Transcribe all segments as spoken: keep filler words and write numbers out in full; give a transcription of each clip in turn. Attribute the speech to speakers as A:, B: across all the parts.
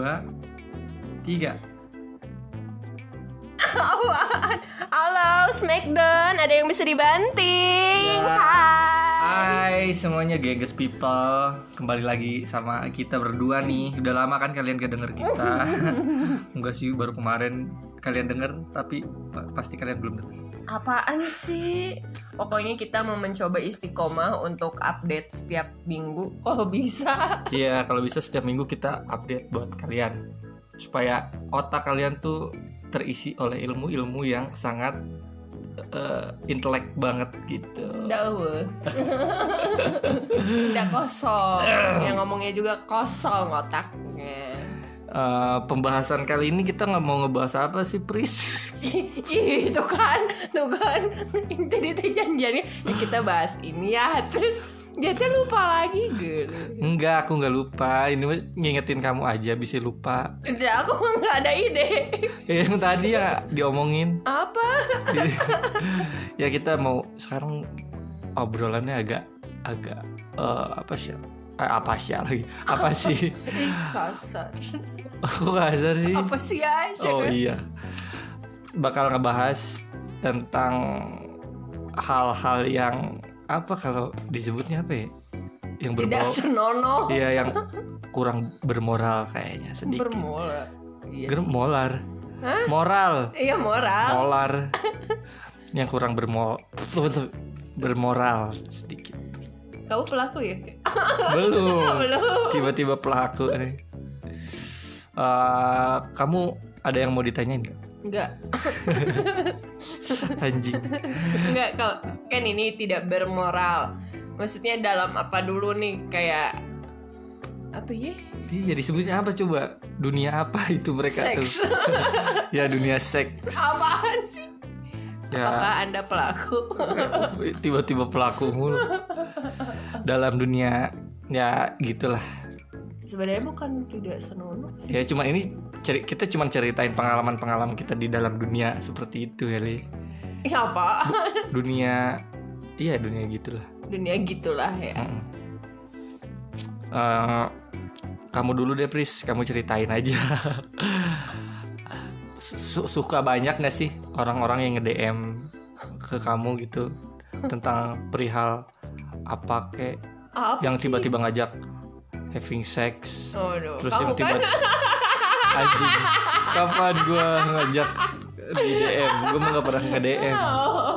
A: dua, tiga.
B: Apaan? Halo Smackdown, ada yang bisa dibanting?
A: Ya.
B: Hai.
A: Hai semuanya Geges People. Kembali lagi sama kita berdua nih. Udah lama kan kalian gak denger kita. Enggak sih, baru kemarin kalian denger. Tapi pasti kalian belum denger.
B: Apaan sih? Pokoknya kita mau mencoba istiqomah untuk update setiap minggu. Kalau bisa.
A: Iya, kalau bisa setiap minggu kita update buat kalian, supaya otak kalian tuh terisi oleh ilmu-ilmu yang sangat uh, intelek banget gitu.
B: Dawe. Udah kosong. Yang ngomongnya juga kosong otaknya.
A: Uh, pembahasan kali ini kita nggak mau ngebahas apa sih, Pris?
B: Ih, tuh kan, tuh kan. Jadi tuh janjiannya ya kita bahas ini ya. Terus jadi lupa lagi gitu.
A: Enggak, aku nggak lupa. Ini ngingetin kamu aja, bisa lupa.
B: Udah, aku nggak ada ide.
A: Yang tadi ya diomongin.
B: Apa?
A: Ya kita mau sekarang obrolannya agak agak uh, apa sih? Eh, apa sih lagi? Apa sih?
B: Ih, kasar.
A: Aku kasar sih.
B: Apa sih aja?
A: Oh
B: kan?
A: iya. Bakal ngebahas tentang hal-hal yang apa kalau disebutnya apa ya? Yang
B: Tidak
A: berbau.
B: senonoh.
A: Iya, yang kurang bermoral kayaknya sedikit.
B: Bermolar. Iya.
A: Molar.
B: Hah?
A: Moral.
B: Iya, moral.
A: Molar. Yang kurang bermol bermoral sedikit.
B: Kamu pelaku ya?
A: Belum.
B: Belum.
A: Tiba-tiba pelaku. Uh, kamu ada yang mau ditanyain nggak?
B: Enggak.
A: Anjing.
B: Enggak, kalau kan ini tidak bermoral. Maksudnya dalam apa dulu nih, kayak apa ya?
A: Iya, disebutnya apa coba? Dunia apa itu mereka
B: Seks.
A: tuh? Ya, dunia seks.
B: Apaan sih?
A: Ya.
B: Apakah Anda pelaku?
A: Tiba-tiba pelaku mulu. Dalam dunia ya gitulah.
B: Sebenarnya bukan tidak senonoh.
A: Ya cuma ini ceri- kita cuma ceritain pengalaman-pengalaman kita di dalam dunia seperti itu kali.
B: Ya apa?
A: Bu- dunia iya dunia gitulah.
B: Dunia gitulah ya.
A: Mm-mm. Uh, kamu dulu deh Pris, kamu ceritain aja. Su- suka banyak gak sih orang-orang yang nge-D M ke kamu gitu tentang perihal apa kek
B: Apa
A: yang
B: sih?
A: tiba-tiba ngajak having sex.
B: Oh, no.
A: Terus
B: Kamu
A: yang tiba
B: kan?
A: anjing, kapan gue ngajak di D M? Gue mah gak pernah nge-D M.
B: Oh.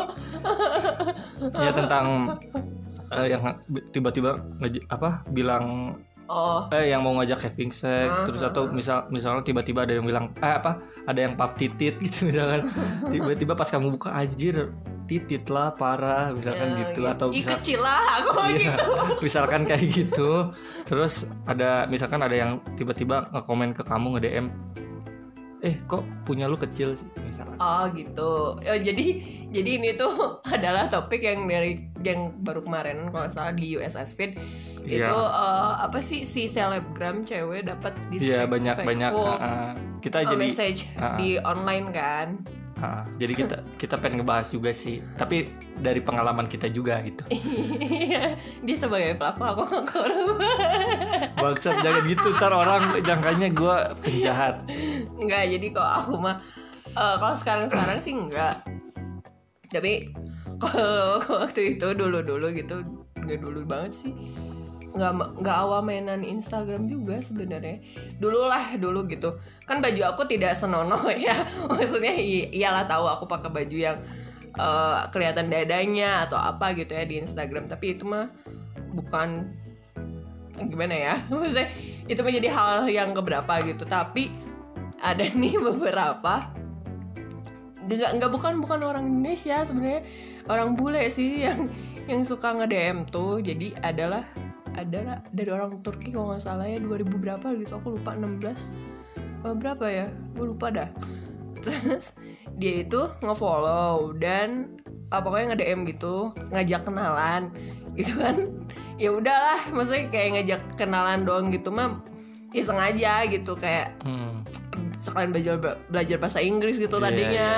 A: Ya tentang uh, yang tiba-tiba ngaj- apa bilang
B: Oh.
A: eh yang mau ngajak having sex.
B: Uh-huh.
A: Terus atau misal misalnya tiba-tiba ada yang bilang eh apa ada yang pap titit gitu misalkan. Tiba-tiba pas kamu buka anjir titit lah parah misalkan
B: Ya,
A: gitu.
B: gitu.
A: Atau
B: Ih,
A: misal,
B: kecil lah aku mau
A: iya,
B: gitu.
A: misalkan kayak gitu. Terus ada misalkan ada yang tiba-tiba nge-komen ke kamu nge-D M, eh kok punya lu kecil sih misalkan.
B: Oh gitu. Oh, jadi jadi ini tuh adalah topik yang dari yang baru kemarin kalau nggak salah di U S S Feed.
A: Iya.
B: Itu uh, apa sih si selebgram cewek dapat
A: Iya banyak banyak uh, kita
B: uh,
A: jadi
B: message
A: uh,
B: di online kan.
A: uh, jadi kita kita pengen ngebahas juga sih, tapi dari pengalaman kita juga gitu.
B: Dia sebagai pelaku, aku nggak korban.
A: Bangsat jangan gitu, ntar orang jangkanya gue penjahat.
B: Enggak, jadi kok aku mah uh, kalau sekarang-sekarang sih enggak. Tapi kalau waktu itu dulu-dulu gitu, enggak dulu banget sih. Nggak nggak awal mainan Instagram juga sebenarnya. Dulu lah dulu gitu kan, baju aku tidak senonoh ya. Maksudnya i- iyalah tahu aku pakai baju yang uh, kelihatan dadanya atau apa gitu ya di Instagram, tapi itu mah bukan gimana ya, maksudnya itu menjadi hal yang keberapa gitu. Tapi ada nih beberapa nggak nggak bukan bukan orang Indonesia sebenarnya, orang bule sih yang yang suka nge-D M tuh. Jadi adalah adalah dari orang Turki kalau nggak salah ya, dua ribu berapa gitu, aku lupa, enam belas uh, berapa ya, gue lupa dah. Terus dia itu nge-follow dan uh, pokoknya nge-D M gitu, ngajak kenalan gitu kan. Ya udahlah, maksudnya kayak ngajak kenalan doang gitu mah ya sengaja gitu, kayak
A: Hmm.
B: sekalian belajar belajar bahasa Inggris gitu
A: Yeah,
B: tadinya.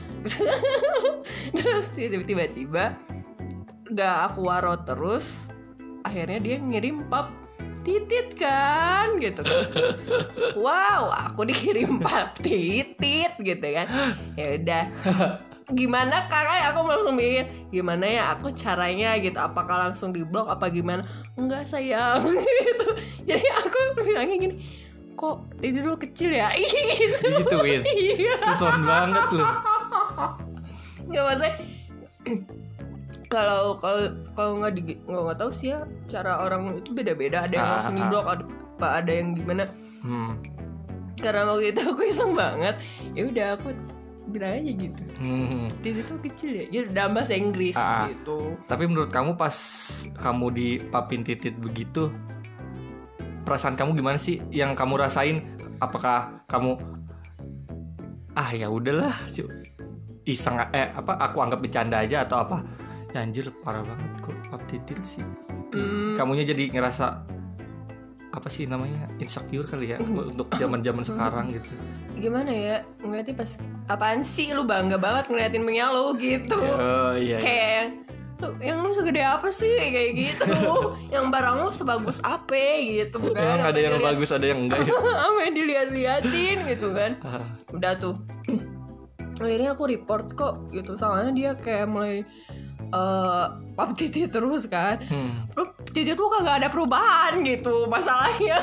B: Terus tiba-tiba gak aku waro terus, akhirnya dia ngirim pap titit kan gitu kan. Wow, aku dikirim pap titit gitu kan. Ya udah, gimana kakak, aku langsung mikir gimana ya aku caranya gitu, apakah langsung diblok apa gimana. Enggak sayang gitu. Jadi aku bilangnya gini, kok titik lu kecil ya gitu.
A: Gitu Win.
B: Iya.
A: Susun banget lu.
B: Nggak, maksudnya kalau kalau kalau nggak di nggak nggak tahu sih ya, cara orang itu beda-beda, ada yang
A: Ah,
B: langsung
A: ah.
B: diblok, ada ada yang gimana.
A: Hmm.
B: Karena waktu itu aku iseng banget, ya udah aku bilang aja gitu,
A: Hmm.
B: titik tuh kecil ya, ya dalam bahasa Inggris
A: Ah.
B: gitu.
A: Tapi menurut kamu pas kamu dipapin titit begitu, perasaan kamu gimana sih yang kamu rasain? Apakah kamu ah ya udahlah iseng eh apa aku anggap bercanda aja atau apa? Ya anjir parah banget kok pap titit sih.
B: Hmm.
A: Kamunya jadi ngerasa apa sih namanya, insecure kali ya untuk zaman-zaman sekarang gitu.
B: Gimana ya ngeliatnya pas, apaan sih lu bangga banget ngeliatin punya lu gitu.
A: Oh iya.
B: Kayak yang lu, yang lu segede apa sih kayak gitu. Yang barang lu sebagus apa gitu kan.
A: Emang ada yang
B: dilihat-
A: bagus ada yang enggak ya?
B: apa yang dilihat-liatin gitu kan.
A: Ah.
B: Udah tuh akhirnya aku report kok gitu, soalnya dia kayak mulai uh, pap titit terus kan.
A: Hmm.
B: Lu titit lu kagak ada perubahan gitu masalahnya.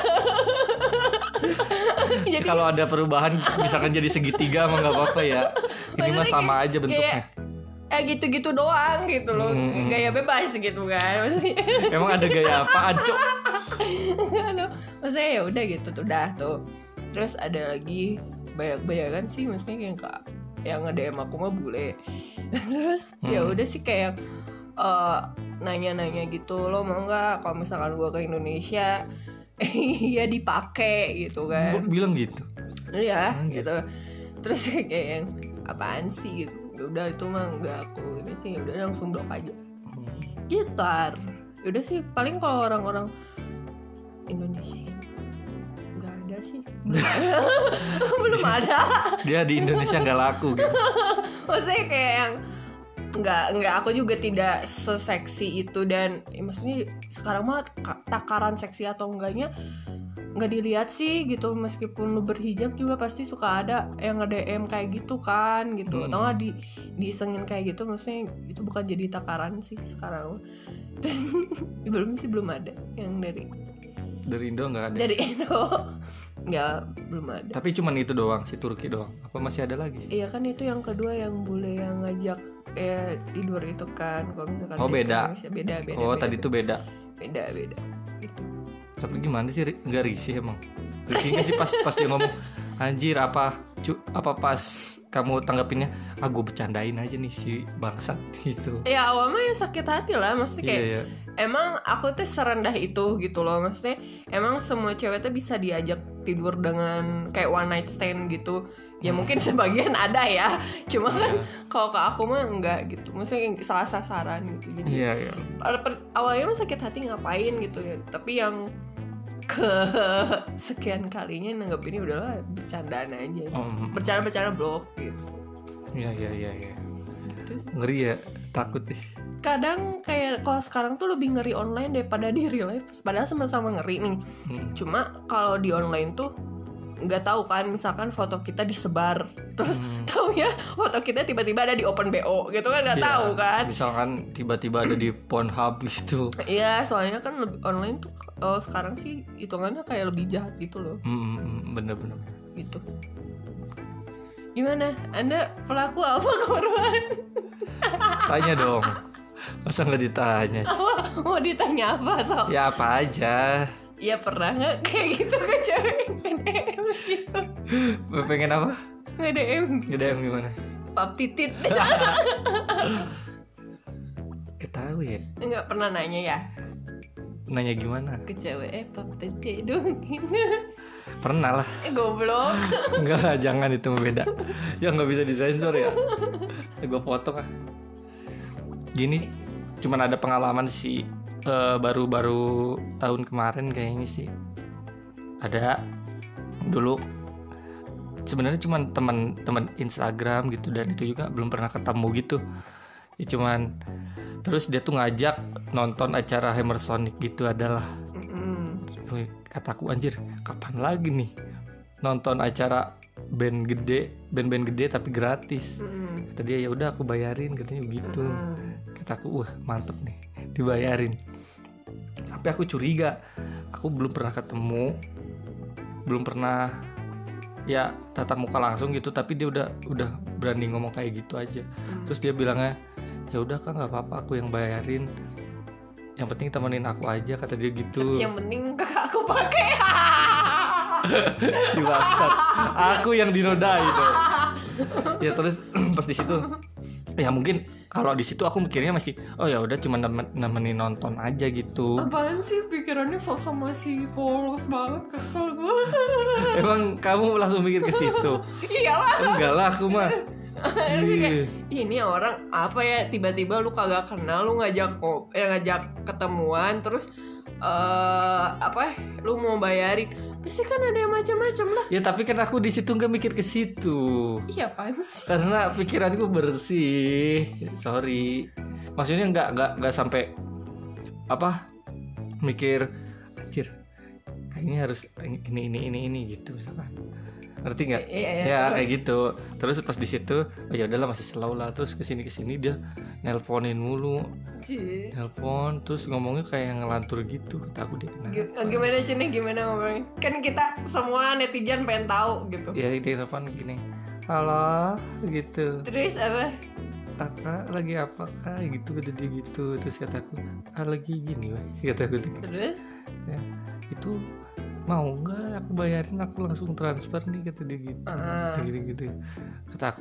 B: Jadi
A: Kalau ada perubahan misalkan jadi segitiga mah nggak apa-apa ya. Ini mah
B: maksudnya
A: sama
B: kayak-
A: aja bentuknya.
B: kayak, eh gitu-gitu doang gitu loh.
A: Hmm.
B: Gaya bebas gitu kan maksudnya.
A: Emang ada gaya apaan, Cok?
B: Aduh, maksudnya ya udah gitu tuh, dah tuh. Terus ada lagi banyak-banyakan sih, maksudnya kayak kak yang nge-D M aku mah bule. Terus ya
A: Hmm.
B: udah sih kayak eh, nanya-nanya gitu, lo mau nggak kalau misalkan gua ke Indonesia iya dipakai gitu kan.
A: Kok bilang gitu?
B: Iya
A: Anjir.
B: gitu. Terus kayak yang apaan sih gitu. Ya udah itu mah nggak aku ini sih, ya udah langsung blok aja. Gitar. Udah sih paling kalau orang-orang Indonesia ini nggak ada sih. Belum ada.
A: Dia di Indonesia nggak laku gitu.
B: Maksudnya kayak yang nggak nggak aku juga tidak seseksi itu, dan ya, maksudnya sekarang mah ka- takaran seksi atau enggaknya nggak dilihat sih gitu, meskipun lu berhijab juga pasti suka ada yang nge-D M kayak gitu kan gitu,
A: Hmm.
B: atau nggak di diisengin kayak gitu, maksudnya itu bukan jadi takaran sih sekarang. Belum sih, belum ada yang dari
A: Dari Indo nggak ada.
B: dari Indo. Nggak, belum ada.
A: Tapi cuman itu doang, si Turki doang. Apa masih ada lagi?
B: Iya kan, itu yang kedua yang bule yang ngajak eh tidur itu kan. Kalau misalkan
A: Oh,
B: di
A: beda.
B: Indonesia, beda beda.
A: Oh
B: beda,
A: tadi tuh beda.
B: beda beda. Gitu.
A: Tapi gimana sih, Ri? Nggak risih emang? Risih nggak sih pas pas dia ngomong anjir apa cu, apa pas kamu tanggapinnya, ah gue bercandain aja nih si bangsat gitu.
B: Ya awalnya ya sakit hati lah, maksudnya kayak
A: Iya, iya.
B: emang aku tuh serendah itu gitu loh, maksudnya emang semua cewek tuh bisa diajak tidur dengan kayak one night stand gitu ya.
A: Hmm.
B: Mungkin sebagian ada ya, cuma kan
A: Iya.
B: kalau ke aku mah enggak gitu, maksudnya yang salah sasaran gitu. Jadi
A: Iya, iya.
B: pada per- awalnya mah sakit hati ngapain gitu ya, tapi yang ke sekian kalinya nanggepinnya udahlah bercandaan aja,
A: Oh, mm.
B: bercanda-bercanda blok gitu.
A: Iya, iya, iya, iya.
B: Gitu.
A: Ngeri ya, takut deh.
B: Kadang kayak kalau sekarang tuh lebih ngeri online daripada di real life, padahal sama-sama ngeri nih.
A: Hmm.
B: Cuma kalau di online tuh nggak tahu kan, misalkan foto kita disebar terus
A: Hmm.
B: tahu ya foto kita tiba-tiba ada di open B O gitu kan, nggak
A: Iya,
B: tahu kan.
A: misalkan tiba-tiba ada di Pornhub gitu.
B: Iya, soalnya kan lebih online tuh kalau sekarang sih hitungannya kayak lebih jahat gitu loh.
A: Hmm, hmm, bener-bener.
B: Gitu. Gimana? Anda pelaku apa korban?
A: Tanya dong. Masa nggak ditanya sih?
B: Apa? Mau ditanya apa soal?
A: Ya apa aja.
B: Ya pernah nggak kayak gitu ke cewek nge-D M gitu?
A: Pengen apa?
B: Nge-D M
A: Nge-D M gimana?
B: pap titit.
A: Ketahui ya.
B: Nggak pernah nanya ya
A: Nanya gimana?
B: ke cewek, eh pap titit dong.
A: Pernah lah.
B: Eh goblok.
A: Enggak lah, jangan, itu beda. Ya nggak bisa disensor ya. Ya gue potong ah. Gini, cuman ada pengalaman sih eh, baru-baru tahun kemarin kayaknya sih. Ada dulu sebenarnya cuman teman-teman Instagram gitu, dan itu juga belum pernah ketemu gitu. Ya cuman terus dia tuh ngajak nonton acara Hammer Sonic gitu adalah.
B: Mm-mm.
A: kataku anjir kapan lagi nih nonton acara band gede, band-band gede tapi gratis.
B: Mm-mm.
A: Kata dia ya udah aku bayarin katanya gitu.
B: Mm-mm.
A: Kataku wah mantep nih dibayarin. Tapi aku curiga, aku belum pernah ketemu, belum pernah ya tatap muka langsung gitu, tapi dia udah udah berani ngomong kayak gitu aja.
B: Mm.
A: Terus dia bilangnya ya udah Kak nggak apa-apa aku yang bayarin, yang penting temenin aku aja kata dia gitu.
B: Yang penting kakak aku pakai.
A: Si bangsat, aku yang dinodai tuh. Ya terus pas di situ ya mungkin kalau di situ aku mikirnya masih oh ya udah cuma nemen- nemenin nonton aja gitu.
B: Apaan sih pikirannya sosok masih polos banget, kesel gue.
A: Emang kamu langsung mikir ke situ?
B: Iyalah.
A: Enggak lah aku mah. Ih.
B: Ini orang apa ya, tiba-tiba lu kagak kenal, lu ngajak kok eh, ngajak ketemuan terus eh apa lu mau bayarin, pasti kan ada yang macam-macam lah.
A: Ya tapi kan aku di situ nggak mikir ke situ.
B: Iya apaan sih?
A: Karena pikiranku bersih. Sorry. Maksudnya nggak nggak nggak sampai apa mikir anjir kayaknya harus ini ini ini ini gitu misalkan. Ngerti nggak?
B: Iya, iya,
A: Ya
B: terus.
A: kayak gitu. Terus pas di situ oh ya udahlah masih slow lah. Terus kesini kesini dia nelponin mulu,
B: Ci.
A: nelpon terus ngomongnya kayak ngelantur gitu. Takut dia kenapa?
B: G- Gimana Cine, gimana ngomongnya? Kan kita semua netizen pengen tahu gitu.
A: Ya dia nelpon gini, halo gitu.
B: Terus apa?
A: Kakak lagi apa kak gitu kata dia gitu. Terus kataku ah lagi gini weh kataku gitu.
B: Terus?
A: Ya itu mau nggak aku bayarin aku langsung transfer nih kata dia gitu.
B: Ah.
A: Kayak gitu-gitu. Kata aku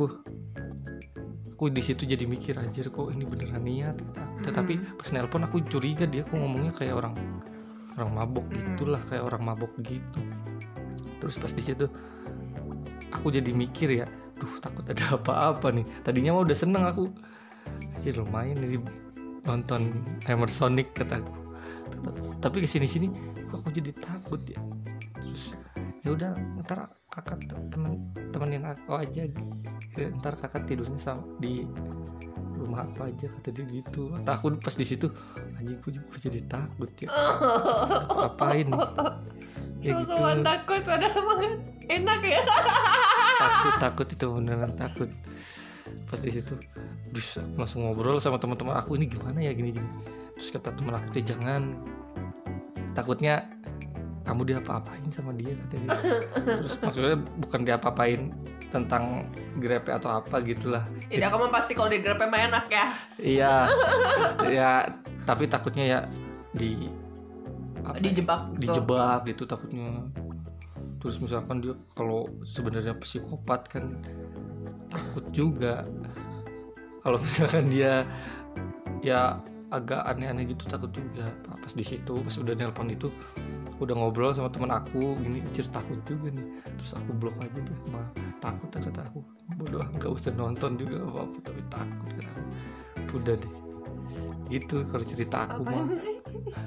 A: aku di situ jadi mikir anjir kok ini beneran niat kata aku. Tetapi pas nelpon aku curiga dia kok ngomongnya kayak orang orang mabok gitulah, kayak orang mabok gitu. Terus pas di situ aku jadi mikir ya, duh takut ada apa-apa nih. Tadinya mah udah seneng aku, jadi lumayan nih nonton Hammer Sonic kataku. Tapi kesini-sini kok aku jadi takut ya. Terus ya udah ntar kakak temen temenin aku aja, ntar kakak tidurnya sama di rumah aku aja kata dia gitu. Kata aku pas di situ anjing aku juga jadi takut ya. Apain? Ya gitu.
B: Sosokan takut padahal banget enak ya.
A: Takut takut itu beneran takut. Pas di situ, dus aku langsung ngobrol sama teman-teman aku ini gimana ya gini-gini. Terus kata teman aku teh jangan, takutnya kamu diapa-apain sama dia kata dia. Terus maksudnya bukan diapa-apain tentang grepe atau apa gitulah.
B: Tidak, kamu pasti kalau di grepe mah enak ya.
A: Iya, ya tapi takutnya ya di apa ya,
B: Dijebak gitu.
A: dijebak gitu takutnya. Terus misalkan dia kalau sebenarnya psikopat kan takut juga. Kalau misalkan dia ya agak aneh-aneh gitu takut juga. Pas di situ pas udah nelpon itu udah ngobrol sama teman aku gini anjir takut juga nih. Terus aku blok aja deh, mah takut kata aku. Bodoh nggak usah nonton juga apa-apa tapi takut kata aku. Udah deh. Gitu kalau cerita aku mah.
B: Apaan sih?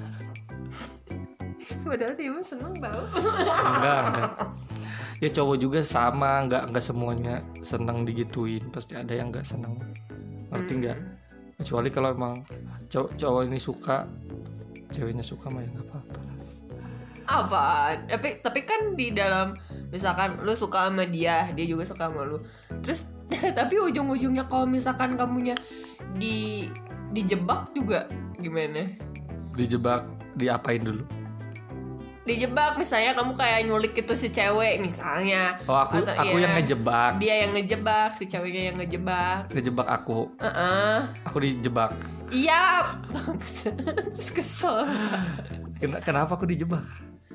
B: Padahal dia mah seneng tau.
A: Enggak, enggak. Ya cowok juga sama, enggak enggak semuanya senang digituin, pasti ada yang enggak senang. Ngerti enggak? Kecuali kalau emang cowok cowok ini suka, ceweknya suka mah ya enggak apa-apa.
B: Apa? Tapi tapi kan di dalam misalkan lu suka sama dia, dia juga suka sama lu. Terus tapi ujung-ujungnya kalau misalkan kamunya di dijebak juga gimana?
A: Dijebak, diapain dulu?
B: Dijebak misalnya kamu kayak nyulik itu si cewek misalnya.
A: Oh, aku
B: Atau
A: aku
B: iya,
A: yang ngejebak.
B: Dia yang ngejebak, si ceweknya yang ngejebak.
A: Ngejebak aku.
B: Heeh.
A: Aku dijebak.
B: Iya. Kesel.
A: Ken- Kenapa aku dijebak?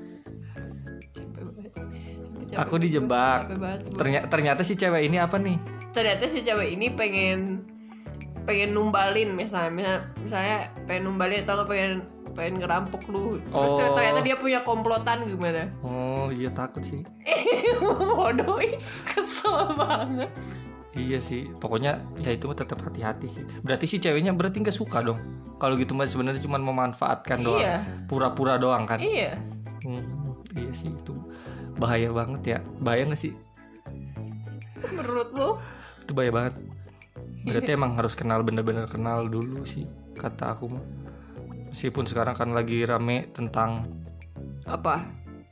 B: Capek
A: Aku
B: banget,
A: dijebak.
B: capek banget gua.
A: Ternyata ternyata si cewek ini apa nih?
B: Ternyata si cewek ini pengen pengen numbalin misalnya misalnya, misalnya pengen numbalin atau pengen pengen ngerampok lu. Terus
A: Oh.
B: ternyata dia punya komplotan gimana?
A: Oh, iya takut sih.
B: Bodoh, ih. Kesel banget.
A: Iya sih, pokoknya ya itu mah tetap hati-hati sih. Berarti si ceweknya berarti nggak suka dong. Kalau gitu mah sebenarnya cuma memanfaatkan doang,
B: Iya.
A: pura-pura doang kan.
B: Iya.
A: Hmm, iya sih itu bahaya banget ya. Bahaya nggak sih?
B: Menurut lu?
A: Itu bahaya banget. Berarti emang harus kenal, bener-bener kenal dulu sih kata aku mah. Meskipun sekarang kan lagi rame tentang
B: Apa?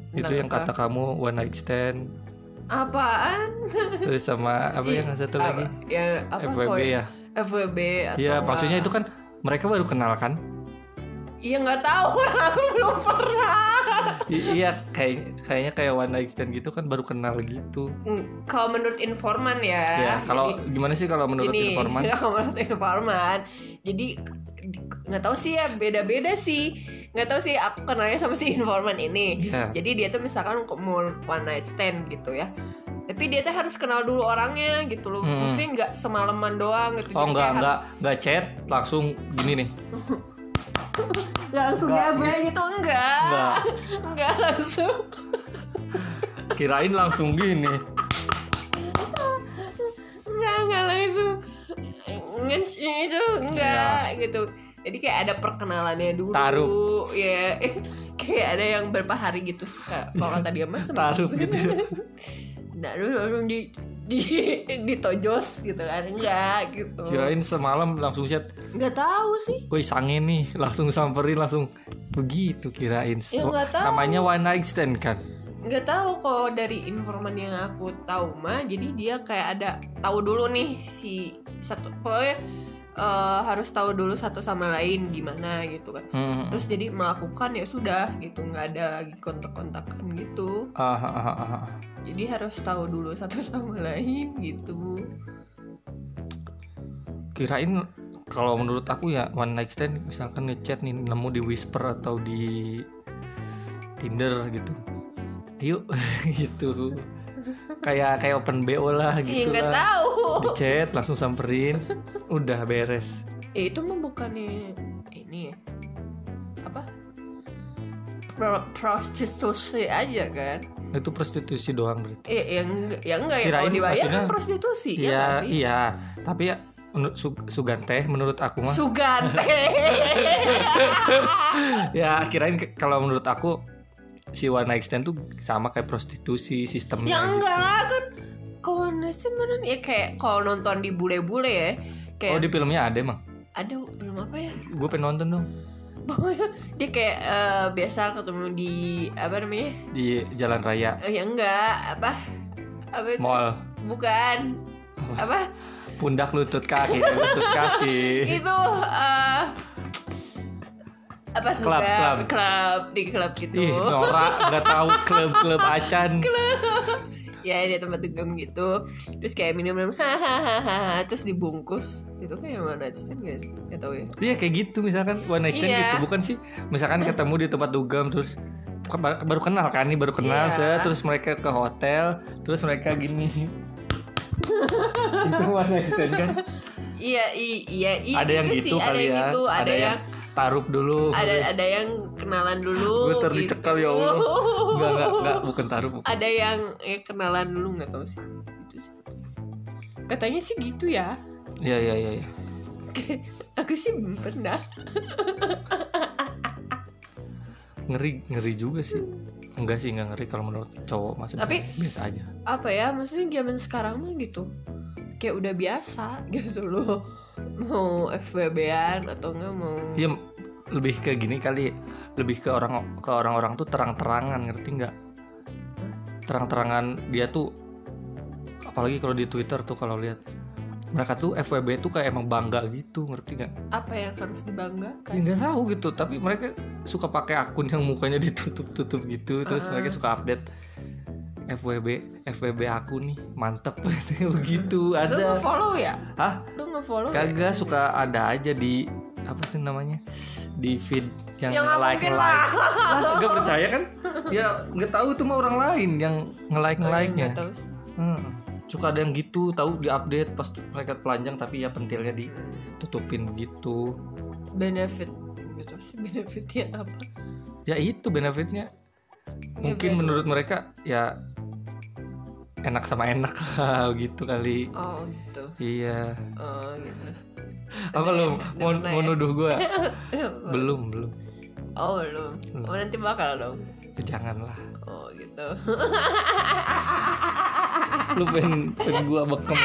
A: Itu
B: Tentang
A: yang
B: apa?
A: kata kamu one night stand.
B: Apaan?
A: Terus sama apa yang satu lagi?
B: Apa? Ya apa?
A: F W B
B: koi-
A: ya.
B: F W B atau
A: Iya,
B: enggak?
A: maksudnya itu kan mereka baru kenal kan?
B: Iya nggak tahu, orang aku belum pernah.
A: I- iya, kayak kayaknya kayak one night stand gitu kan baru kenal gitu.
B: Hmm, Kalau menurut informan ya.
A: Ya, kalau
B: jadi-
A: gimana sih kalau menurut
B: Gini,
A: informan?
B: kalau menurut informan, jadi nggak tahu sih ya, beda-beda sih. Nggak tahu sih, aku kenalnya sama si informan ini.
A: Ya.
B: Jadi dia tuh misalkan mau one night stand gitu ya. Tapi dia tuh harus kenal dulu orangnya gitu loh.
A: Hmm.
B: Maksudnya nggak semalaman doang gitu.
A: Oh
B: Jadi
A: enggak
B: kayak
A: enggak
B: harus-
A: enggak chat langsung gini nih.
B: nggak langsung
A: Nggak,
B: gabrek gitu, enggak.
A: Enggak.
B: Enggak langsung.
A: Kirain langsung gini.
B: Enggak, enggak langsung ngens itu enggak gitu. Jadi kayak ada perkenalannya dulu.
A: Taruh.
B: Ya, kayak ada yang berapa hari gitu suka. Kalau kata dia mas
A: Taruh gitu.
B: Nah, terus langsung di di ditojos gitu kan. Enggak gitu.
A: Kirain semalam langsung chat.
B: Enggak tahu sih.
A: Woi sange nih, langsung samperin langsung begitu kirain.
B: Ya, nggak tahu.
A: Namanya one night stand kan.
B: Nggak tahu kalau dari informan yang aku tahu mah, jadi dia kayak ada tahu dulu nih si satu, pokoknya eh, harus tahu dulu satu sama lain gimana gitu kan.
A: Hmm.
B: Terus jadi melakukan ya sudah gitu, nggak ada lagi kontak-kontakan gitu.
A: Ah, ah, ah, ah, ah.
B: Jadi harus tahu dulu satu sama lain gitu.
A: Kirain kalau menurut aku ya one night stand misalkan ngechat nih nemu di Whisper atau di Tinder gitu. Yuk gitu. Kayak kayak open B O lah
B: Iya
A: gitu
B: nggak
A: lah.
B: tahu.
A: Di chat langsung samperin, udah beres.
B: Eh, itu mah bukannya ini ya? Apa? Pro- prostitusi aja kan?
A: Itu prostitusi doang berarti.
B: Eh, yang yang enggak ya,
A: Kirain
B: kalau dibayar
A: maksudnya-
B: kan prostitusi ya
A: Iya,
B: nggak sih?
A: iya. Tapi ya menurut Su- Sugante menurut aku mah
B: Sugante.
A: ya kirain ke- kalau menurut aku si one night stand tuh sama kayak prostitusi sistemnya.
B: Ya enggak
A: gitu.
B: lah kan. Kawan sih beneran ya kayak kalau nonton di bule-bule ya. Kayak
A: Oh di filmnya ada emang.
B: ada belum apa ya?
A: Gue pengen nonton dong
B: Pokoknya dia kayak eh, biasa ketemu di apa namanya?
A: di jalan raya,
B: Eh, ya enggak, apa? Apa itu?
A: mall,
B: Bukan. Apa?
A: pundak lutut kaki, lutut kaki.
B: Itu eh apa sih?
A: Klub, klub.
B: klub di klub gitu.
A: Ih norak nggak tahu klub-klub acan.
B: Ya dia tempat dugem gitu, terus kayak minum-minum hahaha, terus dibungkus. Itu kayak mana sih guys? Gak tahu ya.
A: Iya kayak gitu misalkan one night stand
B: Iya.
A: gitu bukan sih? Misalkan ketemu di tempat dugem terus bukan bar- baru kenal kan nih baru kenal
B: Iya.
A: set, terus mereka ke hotel terus mereka gini. Itu one night stand kan?
B: Iya, i- iya, iya.
A: Ada yang
B: gitu
A: gitu
B: sih, ada
A: kali
B: yang
A: ya.
B: gitu, ada, yang
A: taruh dulu.
B: ada ada yang kenalan dulu.
A: Gue terdicekal ya Allah. Enggak enggak enggak bukan taruh. Bukan.
B: Ada yang eh, kenalan dulu nggak tahu sih. Gitu sih. Katanya sih gitu ya.
A: Iya iya iya. Ya.
B: Aku sih belum pernah.
A: Ngeri ngeri juga sih. Enggak sih enggak ngeri kalau menurut cowok maksudnya.
B: Tapi-
A: biasa aja.
B: Apa ya? Maksudnya zaman sekarang mah gitu. Kayak udah biasa gitu loh. Mau F W B-an atau enggak mau.
A: Iya lebih ke gini kali, lebih ke orang ke orang-orang tuh terang-terangan ngerti nggak? Terang-terangan dia tuh, apalagi kalau di Twitter tuh kalau lihat mereka tuh F W B tuh kayak emang bangga gitu ngerti nggak?
B: Apa yang harus dibanggakan?
A: Ya nggak tahu gitu, tapi mereka suka pakai akun yang mukanya ditutup-tutup gitu, terus
B: Uh-uh.
A: mereka suka update F W B F W B aku nih mantep begitu
B: Lu
A: ada.
B: nge-follow ya?
A: Hah?
B: Lu nge-follow ya?
A: Kagak suka ada aja di apa sih namanya di feed yang,
B: Ya nggak
A: nge-like
B: mungkin
A: nge-like.
B: lah.
A: Lah, nggak percaya kan? Ya nggak tahu itu mah orang lain yang nge-like nge-like nya.
B: Nggak tahu sih.
A: Hmm. Suka ada yang gitu, tahu diupdate pas mereka telanjang tapi ya pentilnya ditutupin gitu.
B: Benefit gitu sih, benefitnya apa?
A: Ya itu benefitnya. Mungkin
B: ben-
A: menurut mereka ya enak sama enak lah gitu kali.
B: Oh gitu.
A: Iya.
B: Oh gitu.
A: Apa lu mau,
B: Udah pernah
A: mau
B: ya?
A: nuduh gue? belum belum.
B: Oh belum.
A: Belum.
B: Oh nanti bakal dong.
A: Janganlah.
B: Oh gitu.
A: Lu pengen, pengen gue bekem.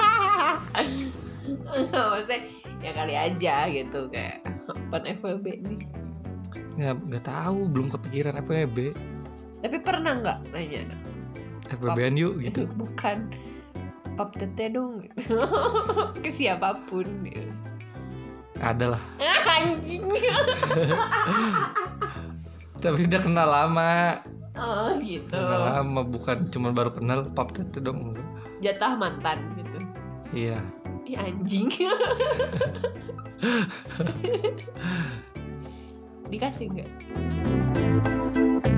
B: Maksudnya ya kali aja gitu kayak open F W B nih.
A: Ya nggak tahu, belum kepikiran F W B.
B: Tapi pernah nggak nanya
A: F B B-an yuk gitu.
B: bukan pap tete dong gitu. Ke siapapun gitu.
A: Ada lah.
B: Anjing.
A: Tapi udah kenal lama.
B: Oh gitu.
A: Kenal lama, bukan cuma baru kenal pap tete dong.
B: Jatah mantan gitu.
A: Iya.
B: Ih anjing. Dikasih nggak?